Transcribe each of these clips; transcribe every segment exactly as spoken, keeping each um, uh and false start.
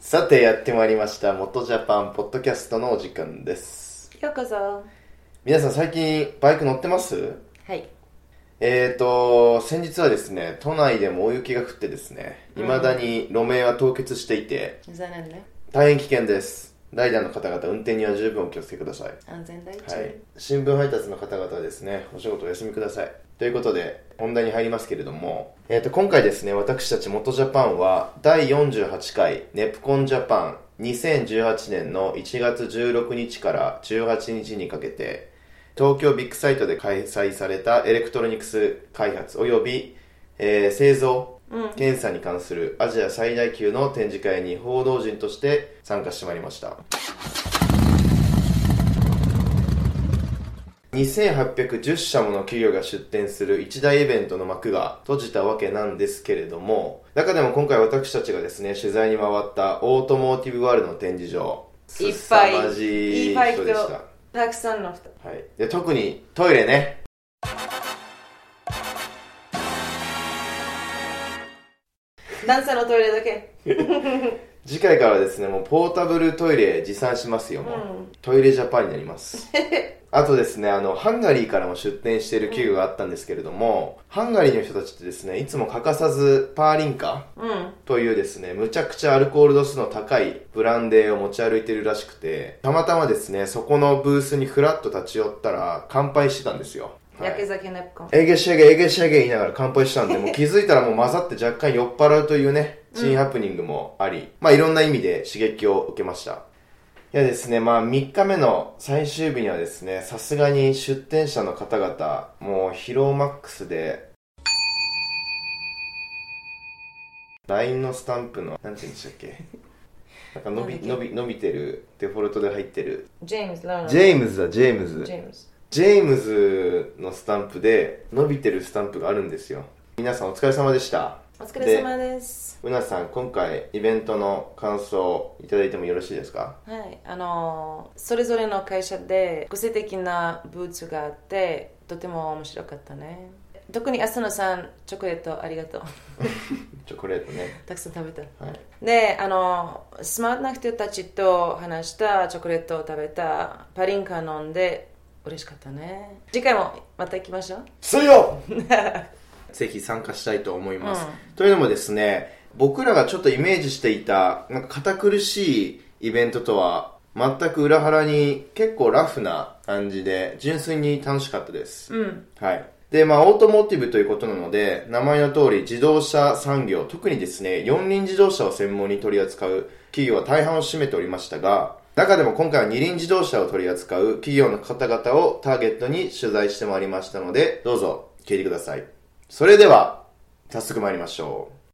さてやってまいりました元ジャパンポッドキャストのお時間です。 ようこそ。 皆さん最近バイク乗ってます？ はい。 えーと先日はですね、都内でも大雪が降ってですね、未だに路面は凍結していて、 うん、残念ね。 大変危険です。ライダーの方々、運転には十分お気をつけください。 安全第一。 はい。新聞配達の方々はですね、お仕事お休みください。ということで本題に入りますけれども、えー、と今回ですね、私たち元ジャパンはだいよんじゅうはちかいネプコンジャパンにせんじゅうはちねんのいちがつじゅうろくにちからじゅうはちにちにかけて東京ビッグサイトで開催されたエレクトロニクス開発および、えー、製造検査に関するアジア最大級の展示会に報道陣として参加してまいりました。にせんはっぴゃくじゅっしゃもの企業が出展する一大イベントの幕が閉じたわけなんですけれども、中でも今回私たちがですね取材に回ったオートモーティブワールドの展示場、 いっぱい凄まじい人でした。 たくさんの人、 はい、で特にトイレね。 男性のトイレだけ次回からですね、もうポータブルトイレ持参しますよ。もう、うん、トイレジャパンになりますあとですね、あのハンガリーからも出店している企業があったんですけれども、うん、ハンガリーの人たちってですね、いつも欠かさずパーリンカというですね、むちゃくちゃアルコール度数の高いブランデーを持ち歩いているらしくて、たまたまですねそこのブースにフラッと立ち寄ったら乾杯してたんですよ。 やけ酒ネプコン、 エゲシェゲエゲシェゲ言いながら乾杯したんで、もう気づいたらもう混ざって若干酔っ払うというね珍ハプニングもあり、うん、まあいろんな意味で刺激を受けました。いやですね、まあみっかめの最終日にはですね、さすがに出店者の方々もう疲労マックスで、 ライン のスタンプのなんて言うんでしたっけなんか伸び伸び伸びてるデフォルトで入ってるジェームズだジェームズだジェームズジェームズジェームズのスタンプで伸びてるスタンプがあるんですよ。皆さんお疲れ様でした。 お疲れ様です。 うなさん、今回イベントの感想をいただいてもよろしいですか？ はい、あのそれぞれの会社で個性的なブーツがあってとても面白かったね。特に浅野さん、チョコレートありがとうチョコレートね、 たくさん食べた、 はい、 で、あのスマートな人たちと話した、チョコレートを食べた、パリンカ飲んで嬉しかったね。次回もまた行きましょう。 そうよぜひ参加したいと思います、うん、というのもですね、僕らがちょっとイメージしていたなんか堅苦しいイベントとは全く裏腹に結構ラフな感じで純粋に楽しかったです、 うん、 はい。で、まあオートモーティブということなので、名前の通り自動車産業、特にですね四輪自動車を専門に取り扱う企業は大半を占めておりましたが、中でも今回は二輪自動車を取り扱う企業の方々をターゲットに取材してまいりましたので、どうぞ聞いてください。それでは早速参りましょう。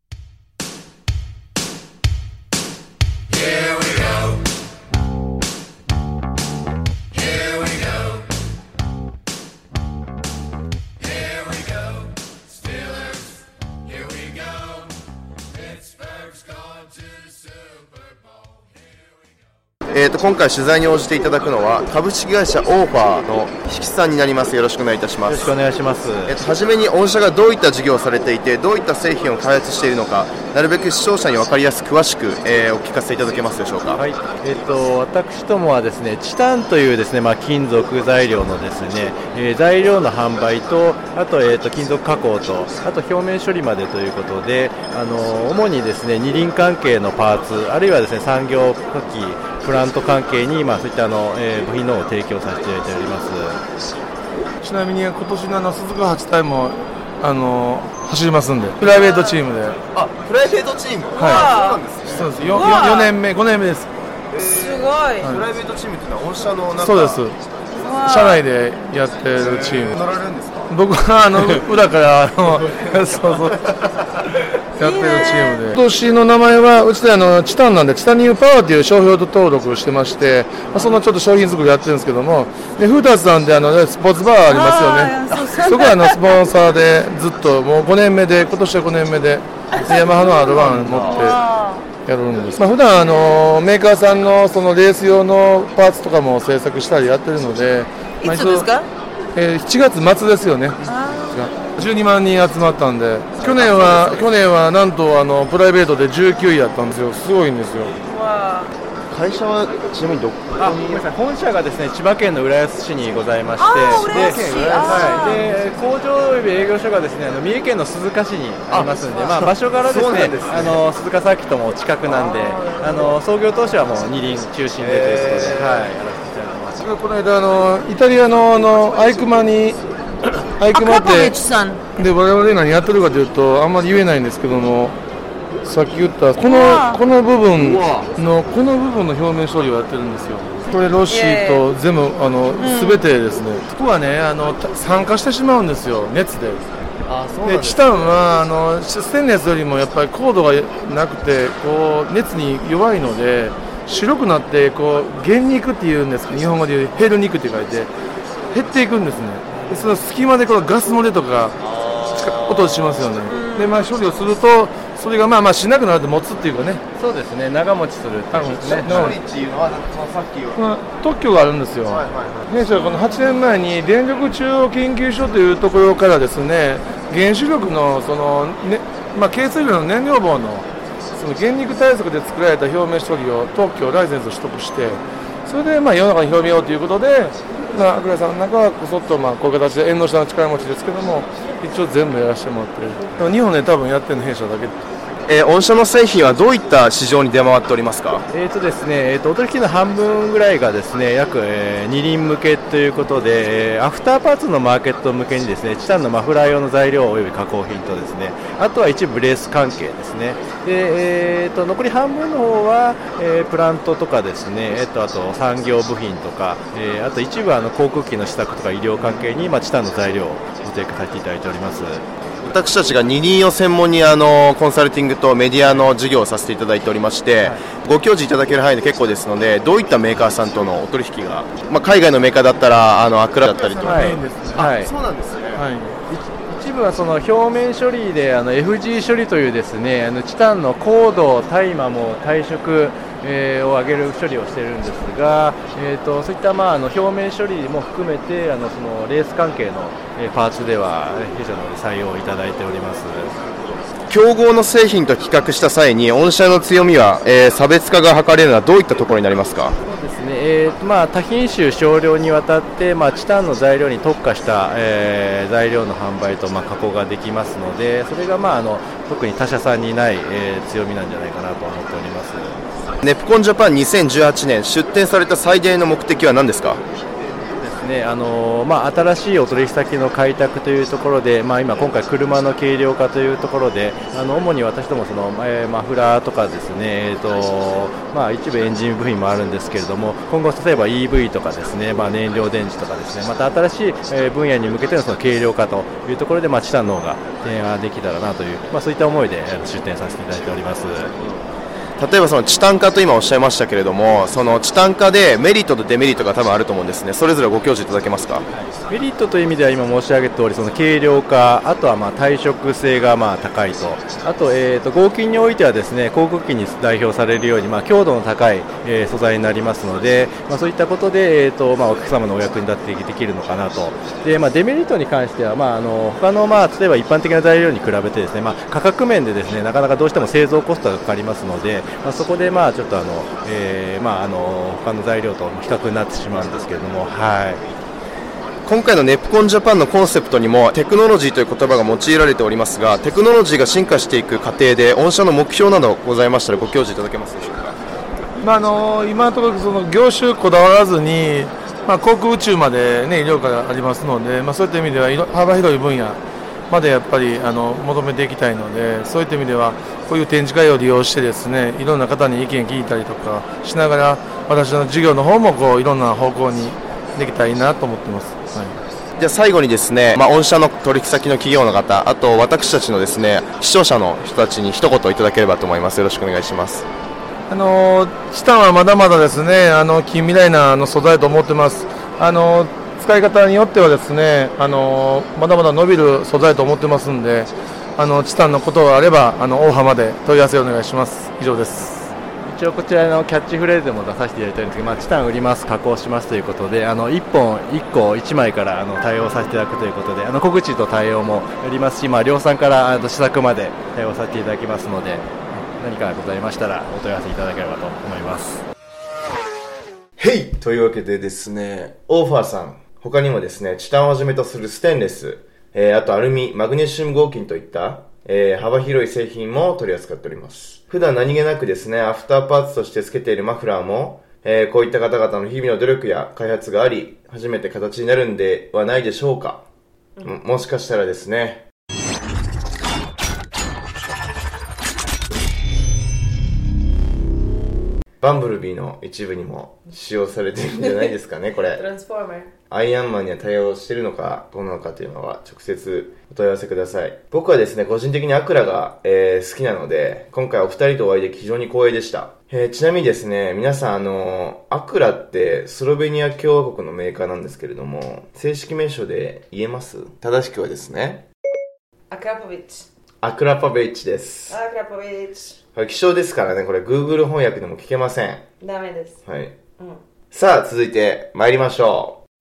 えー、と今回取材に応じていただくのは株式会社オーファーの引木さんになります。よろしくお願いいたします。 よろしくお願いします。 えー、と初めに御社がどういった事業をされていて、どういった製品を開発しているのか、なるべく視聴者に分かりやすく詳しく、えー、お聞かせいただけますでしょうか。 はい、えー、と私どもはですね、チタンというですね、まあ、金属材料のですね、えー、材料の販売と、あと、えー、と金属加工と、あと表面処理までということで、あの主にですね二輪関係のパーツ、あるいはですね産業機器プラント関係に、まあ、そういったあの、えー、部品の方を提供させていただいております。 ちなみに今年のあの鈴鹿八体もあの走りますんで、プライベートチームで。 あ、プライベートチーム。 はい、そうなんですね。そうです。 よ, よねんめごねんめです。 すごい、 はい、プライベートチームっていうのは御社の中。 そうです。社内でやってるチーム。 乗られるんですか？ 僕はあの裏からあのそうそうやってるチームで、今年の名前はうちであのチタンなんでチタニウムパワーという商標登録をしてまして、まあ、そのちょっと商品作りやってるんですけども、でフーターズさんであのスポーツバーありますよね。そこはあのスポンサーでずっともうごねんめで、今年はごねんめでヤマハの アールワン 持ってやるんです。まあ、普段あのメーカーさんのそのレース用のパーツとかも製作したりやってるので、 いつですか？ えー、しちがつ末ですよね。 じゅうにまんにん集まったんで、去年は去年はなんとあのプライベートでじゅうきゅういやったんですよ。すごいんですよ。 会社はちなみにどこあ、ごめんなさい、本社がですね千葉県の浦安市にございまして、 あー浦安市で、はい、で工場及び営業所がですねあの三重県の鈴鹿市にありますので、まあ場所柄ですね、ですねあの鈴鹿サーキットも近くなんで、あの創業当初はもう二輪中心でということで、はい、やらせていただいてます。 この間あのイタリアのあのアイクマにアイクマっアクラポビッてチさんで我々何やってるかというとあんまり言えないんですけども。さっき言ったこうわのこの部分のこの部分の表面処理をやってるんですよ。これロッシーと全部あのすべ、てですね。ここはねあの酸化してしまうんですよ熱で。 あそうなんですでチタンはあのステンレスよりもやっぱり硬度がなくてこう熱に弱いので白くなってこう減肉っていうんですけど日本語で言う減る肉って書いて減っていくんですね。でその隙間でこのガス漏れとか音しますよね。でまあ処理をするとそれがまあまあしなくなると持つっていうかね。 そうですね、長持ちするっていうですね。 処理っていうのはさっき言まあ、特許があるんですよ。弊社はこのはちねんまえに電力中央研究所というところからですね原子力のその、ねまあ、軽水炉の燃料棒のその原肉対策で作られた表面処理を特許ライセンスを取得してそれでまあ世の中に広めようということで、まあ、桜井さんなんかはこそっとまあこういう形で縁の下の力持ちですけども一応全部やらせてもらってでも日本で多分やってるの弊社だけ。 えー、御社の製品はどういった市場に出回っておりますか？ えーとですね、えーとお取引の半分ぐらいがですね約、えー、二輪向けということで、えー、アフターパーツのマーケット向けにですねチタンのマフラー用の材料および加工品とですねあとは一部レース関係ですねで、えー、と残り半分の方は、えー、プラントとかですね、えー、とあと産業部品とか、えー、あと一部あの航空機の試作とか医療関係に、まあ、チタンの材料をご提供させていただいております。 私たちが二輪を専門にあのコンサルティングとメディアの事業をさせていただいておりまして、はい、ご教示いただける範囲で結構ですのでどういったメーカーさんとのお取引が、まあ、海外のメーカーだったらあのアクラだったりとか、 はいはい、そうなんですね、はい、 一部はその表面処理であの エフジー 処理というですねあのチタンの硬度、大麻も耐色えー、を上げる処理をしているんですが、えー、とそういったまああの表面処理も含めてあのそのレース関係の、えー、パーツでは弊社の方で採用いただいております。 競合の製品と比較した際に御社の強みは、えー、差別化が図れるのはどういったところになりますか？ そうですね、えーとまあ、多品種少量にわたって、まあ、チタンの材料に特化した、えー、材料の販売と、まあ、加工ができますのでそれが、まあ、あの特に他社さんにない、えー、強みなんじゃないかなと思っております。 ネプコンジャパンにせんじゅうはちねん出展された最大の目的は何ですか？ ねあのまあ、新しいお取引先の開拓というところで、まあ、今、今回、車の軽量化というところであの主に私どもその、えー、マフラーとかですね、えーとまあ、一部エンジン部品もあるんですけれども今後、例えば イーブイ とかですね、まあ、燃料電池とかですねまた新しい、えー、分野に向けての、その軽量化というところで、まあ、チタンの方が提案できたらなという、まあ、そういった思いで出展させていただいております。 例えばそのチタン化と今おっしゃいましたけれどもそのチタン化でメリットとデメリットが多分あると思うんですね。それぞれご教示いただけますか？ メリットという意味では今申し上げた通りその軽量化あとはまあ耐食性がまあ高いとあと、えー、と合金においてはですね航空機に代表されるようにまあ強度の高い、えー、素材になりますので、まあ、そういったことで、えーとまあ、お客様のお役に立ってできるのかなとで、まあ、デメリットに関しては、まあ、あの他の、まあ、例えば一般的な材料に比べてですね、まあ、価格面でですねなかなかどうしても製造コストがかかりますので、まあ、そこでまあちょっとあの、えーまあ、あの他の材料と比較になってしまうんですけれども、はい、 今回のネプコンジャパンのコンセプトにもテクノロジーという言葉が用いられておりますがテクノロジーが進化していく過程で御社の目標などございましたらご教示いただけますでしょうか？ まあ、あの今のところその業種こだわらずに、まあ、航空宇宙まで、ね、医療がありますので、まあ、そういった意味では幅広い分野までやっぱりあの求めていきたいのでそういった意味ではこういう展示会を利用してですねいろんな方に意見聞いたりとかしながら私の事業の方もこういろんな方向にできたらいいなと思ってます、はい、 じゃあ最後にですね、まあ、御社の取引先の企業の方あと私たちのですね視聴者の人たちに一言いただければと思います。よろしくお願いします。 あのチタンはまだまだですねあの近未来なあの素材と思ってます。あの使い方によってはですねあのまだまだ伸びる素材と思ってますんであのチタンのことがあればあの大浜で問い合わせをお願いします。以上です。 一一応こちらのキャッチフレーズでも出させていただいてるんですけど、まあ、チタン売ります加工しますということで、あのいっぽんいっこいちまいからあの対応させていただくということで、あの小口と対応もやりますし、まあ、量産からあの試作まで対応させていただきますので、何かございましたらお問い合わせいただければと思います。 へいというわけでですね、オーファーさん、他にもですね、チタンをはじめとするステンレス、えー、あとアルミ、マグネシウム合金といった、えー、幅広い製品も取り扱っております。普段何気なくですね、アフターパーツとして付けているマフラーも、えー、こういった方々の日々の努力や開発があり、初めて形になるんではないでしょうか。も, もしかしたらですね、バンブルビーの一部にも使用されているんじゃないですかね、これ。 トランスフォーマー。 アイアンマンには対応しているのか、どうなのかというのは直接お問い合わせください。僕はですね、個人的にアクラが、えー、好きなので、今回お二人とお会いでき非常に光栄でした。えー、ちなみにですね、皆さん、あのー、アクラってスロベニア共和国のメーカーなんですけれども、正式名称で言えます？正しくはですね、 アクラポビッチ。 アクラパベイッチです。 アクラポビッチ。 これ希少ですからね、これ Google 翻訳でも聞けません。 ダメです。 はい。 うん、 さあ、続いて参りましょう。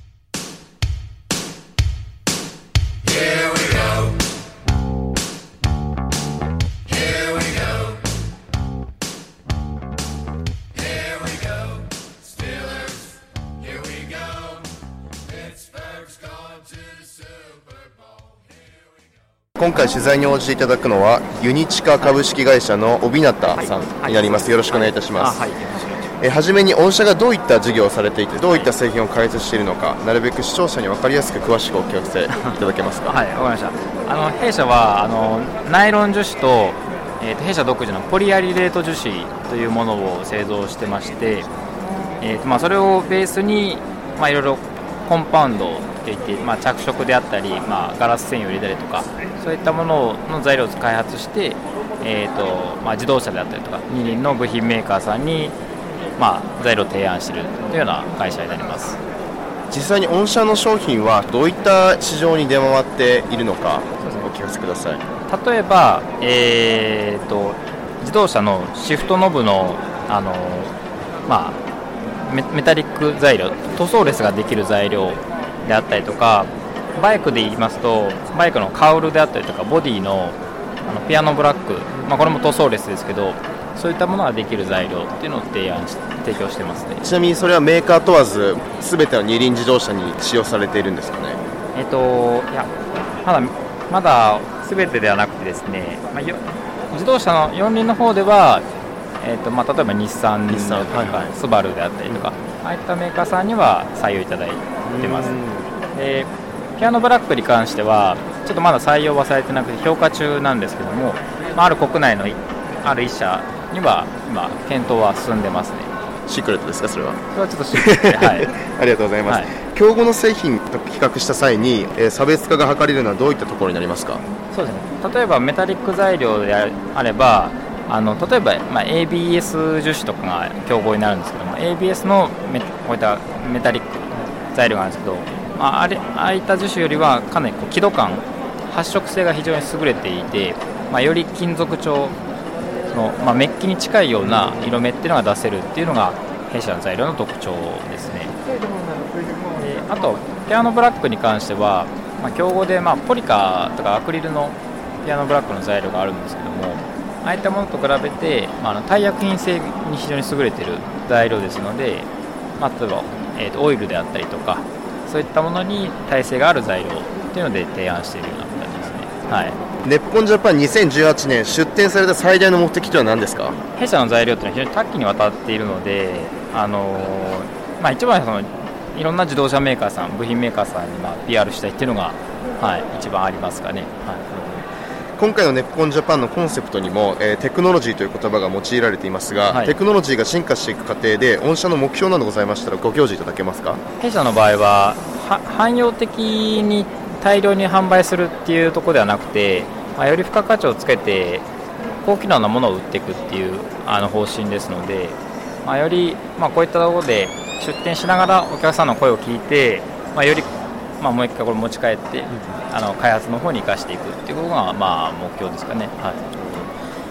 今回取材に応じていただくのはユニチカ株式会社の帯名さんになります。よろしくお願いいたします。えはじめに御社がどういった事業をされていて、どういった製品を開発しているのか、なるべく視聴者に分かりやすく詳しくお聞かせいただけますか。 はい、わかりました。あの弊社はあのナイロン樹脂と、えー、と弊社独自のポリアリレート樹脂というものを製造してまして、えーとまあ、それをベースに、まあ、いろいろコンパウンドといって、まあ、着色であったり、まあ、ガラス繊維を入れたりとか、そういったものの材料を開発して、えーとまあ、自動車であったりとか二輪の部品メーカーさんに、まあ、材料を提案しているというような会社になります。 実際に御社の商品はどういった市場に出回っているのかお聞かせください。 例えば、えーと自動車のシフトノブの、あのまあ、メ, メタリック材料、塗装レスができる材料であったりとか、バイクで言いますとバイクのカウルであったりとかボディの、あのピアノブラック、まあ、これも塗装レスですけど、そういったものができる材料っていうのを提案し提供してますね。 ちなみにそれはメーカー問わず全ての二輪自動車に使用されているんですかね。 えっといやまだまだ全てではなくてですね、まあ、自動車の四輪の方では、えっとまあ、例えば日産とか、はい、スバルであったりとか、ああいったメーカーさんには採用いただいてます。でピアノブラックに関してはちょっとまだ採用はされてなくて評価中なんですけども、まあ、ある国内のある一社には今検討は進んでますね。 シークレットですか、それは。 それはちょっとシークレットで、はい、ありがとうございます、はい、競合の製品と比較した際に、えー、差別化が図れるのはどういったところになりますか。 そうですね、例えばメタリック材料であれば、あの例えば、まあ、エービーエス 樹脂とかが競合になるんですけども、 エービーエス のメこういったメタリック材料があるんですけど、まあ、あれああいった樹脂よりはかなりこう輝度感、発色性が非常に優れていて、まあ、より金属調の、まあ、メッキに近いような色目っていうのが出せるっていうのが弊社の材料の特徴ですね。であとピアノブラックに関しては、まあ、競合で、まあ、ポリカとかアクリルのピアノブラックの材料があるんですけども、ああいったものと比べて、まあ、あの耐薬品性に非常に優れている材料ですので、まあ、例えば、えーと、オイルであったりとか、そういったものに耐性がある材料っていうので提案しているような感じですね。はい、 ネッポンジャパンにせんじゅうはちねん出展された最大の目的とは何ですか。 弊社の材料というのは非常に多岐にわたっているので、あのーまあ、一番はそのいろんな自動車メーカーさん、部品メーカーさんにまあ ピーアール したいっていうのが、はい、一番ありますかね。はい、 今回のネッポンジャパンのコンセプトにも、えー、テクノロジーという言葉が用いられていますが、はい、テクノロジーが進化していく過程で御社の目標などございましたらご教示いただけますか。 弊社の場合は汎用的に大量に販売するっていうところではなくて、まあ、より付加価値をつけて高機能なものを売っていくっていうあの方針ですので、まあ、より、まあ、こういったところで出店しながらお客さんの声を聞いて、まあ、より、まあ、もう一回これ持ち帰って、うん、あの開発の方に生かしていくっていうことが、まあ、目標ですかね。はい、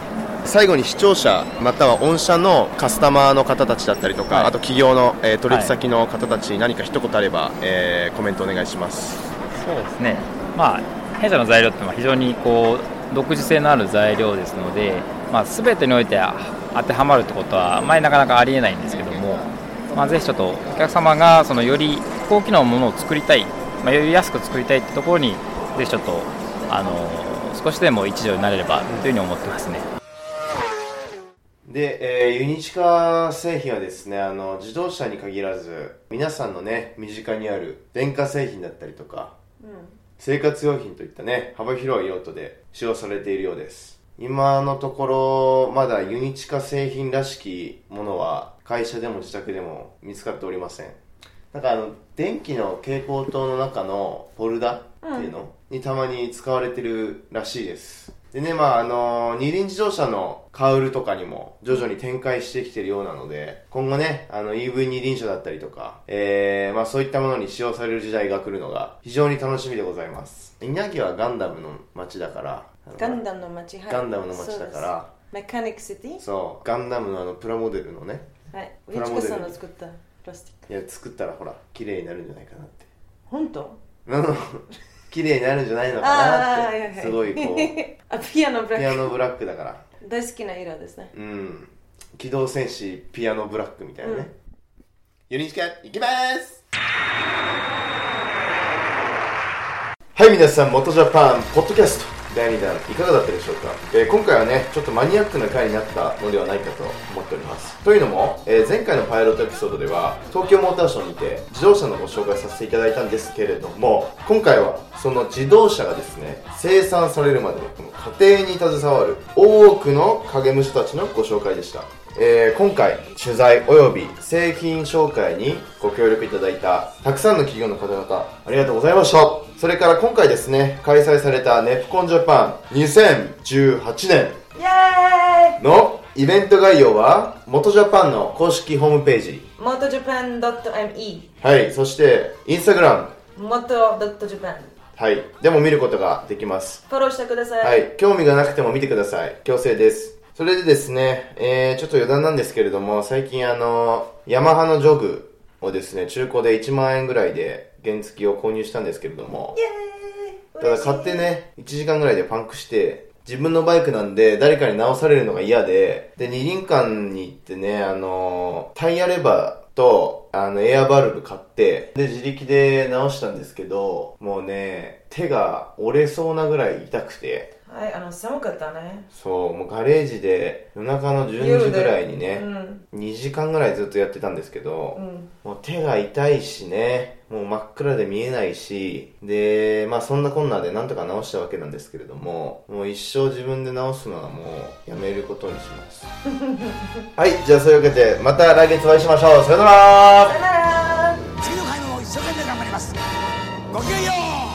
最後に視聴者または御社のカスタマーの方たちだったりとか、はい、あと企業の、えー、取引先の方たちに何か一言あれば、えー、コメントお願いします。 そうですね、まあ、弊社の材料って非常にこう独自性のある材料ですので、まあ、全てにおいて当てはまるってことは、まあ、なかなかありえないんですけども、まあ、ぜひちょっとお客様がそのより高機能のものを作りたい、まあ、より安く作りたいってところにぜひちょっとあの少しでも一助になれればというふうに思ってますね。 で、えー、ユニチカ製品はですね、あの自動車に限らず皆さんのね身近にある電化製品だったりとか、うん、生活用品といったね幅広い用途で使用されているようです。今のところまだユニチカ製品らしきものは会社でも自宅でも見つかっておりません。なんかあの電気の蛍光灯の中のフォルダっていうの、うん、にたまに使われてるらしいです。でね、まああの二輪自動車のカウルとかにも徐々に展開してきてるようなので、今後ねあの イーブイ 二輪車だったりとか、えー、まあそういったものに使用される時代が来るのが非常に楽しみでございます。稲城はガンダムの街だから、 ガンダムの街、はい、 ガンダムの街だからメカニックシティ、 そうガンダムのあのプラモデルのね、 はい、ウィチカさんの作ったプラスティック、 いや作ったらほら綺麗になるんじゃないかなって。 本当？ 綺麗になるんじゃないのかなって、はいはい、すごいこうあピアノブラック、 ピアノブラックだから大好きな色ですね。 うん、機動戦士ピアノブラックみたいなね、うん、ユニチカいきます。はい皆さん、元ジャパンポッドキャストだいにだんいかがだったでしょうか。えー、今回はねちょっとマニアックな回になったのではないかと思っております。というのも、えー、前回のパイロットエピソードでは東京モーターショーにて自動車のご紹介させていただいたんですけれども、今回はその自動車がですね生産されるまでのこの過程に携わる多くの影武者たちのご紹介でした。えー、今回取材および製品紹介にご協力いただいたたくさんの企業の方々ありがとうございました。それから今回ですね開催されたネプコンジャパンにせんじゅうはちねんのイベント概要は元ジャパンの公式ホームページモトジャパン ドット エムイー、 はい、そしてインスタグラム モト ドット ジャパン、 はい、でも見ることができます。 フォローしてください。 はい、興味がなくても見てください。強制です。それでですね、えー、ちょっと余談なんですけれども、最近あのヤマハのジョグをですね中古でいちまんえんぐらいで原付を購入したんですけれども、ただ買ってねいちじかんぐらいでパンクして、自分のバイクなんで誰かに直されるのが嫌で、で二輪館に行ってね、あのタイヤレバーとあのエアバルブ買ってで自力で直したんですけど、もうね手が折れそうなぐらい痛くて、 はい、あの寒かったね。 そう、もうガレージで夜中のじゅうにじぐらいにね、うん、にじかんぐらいずっとやってたんですけど、うん、もう手が痛いしね、もう真っ暗で見えないし、でまあそんなこんなでなんとか直したわけなんですけれども、もう一生自分で直すのはもうやめることにしますはい、じゃあそういうわけでまた来月お会いしましょう。さよなら。 さよなら。 次の回も一生懸命頑張ります。ごきげんよう。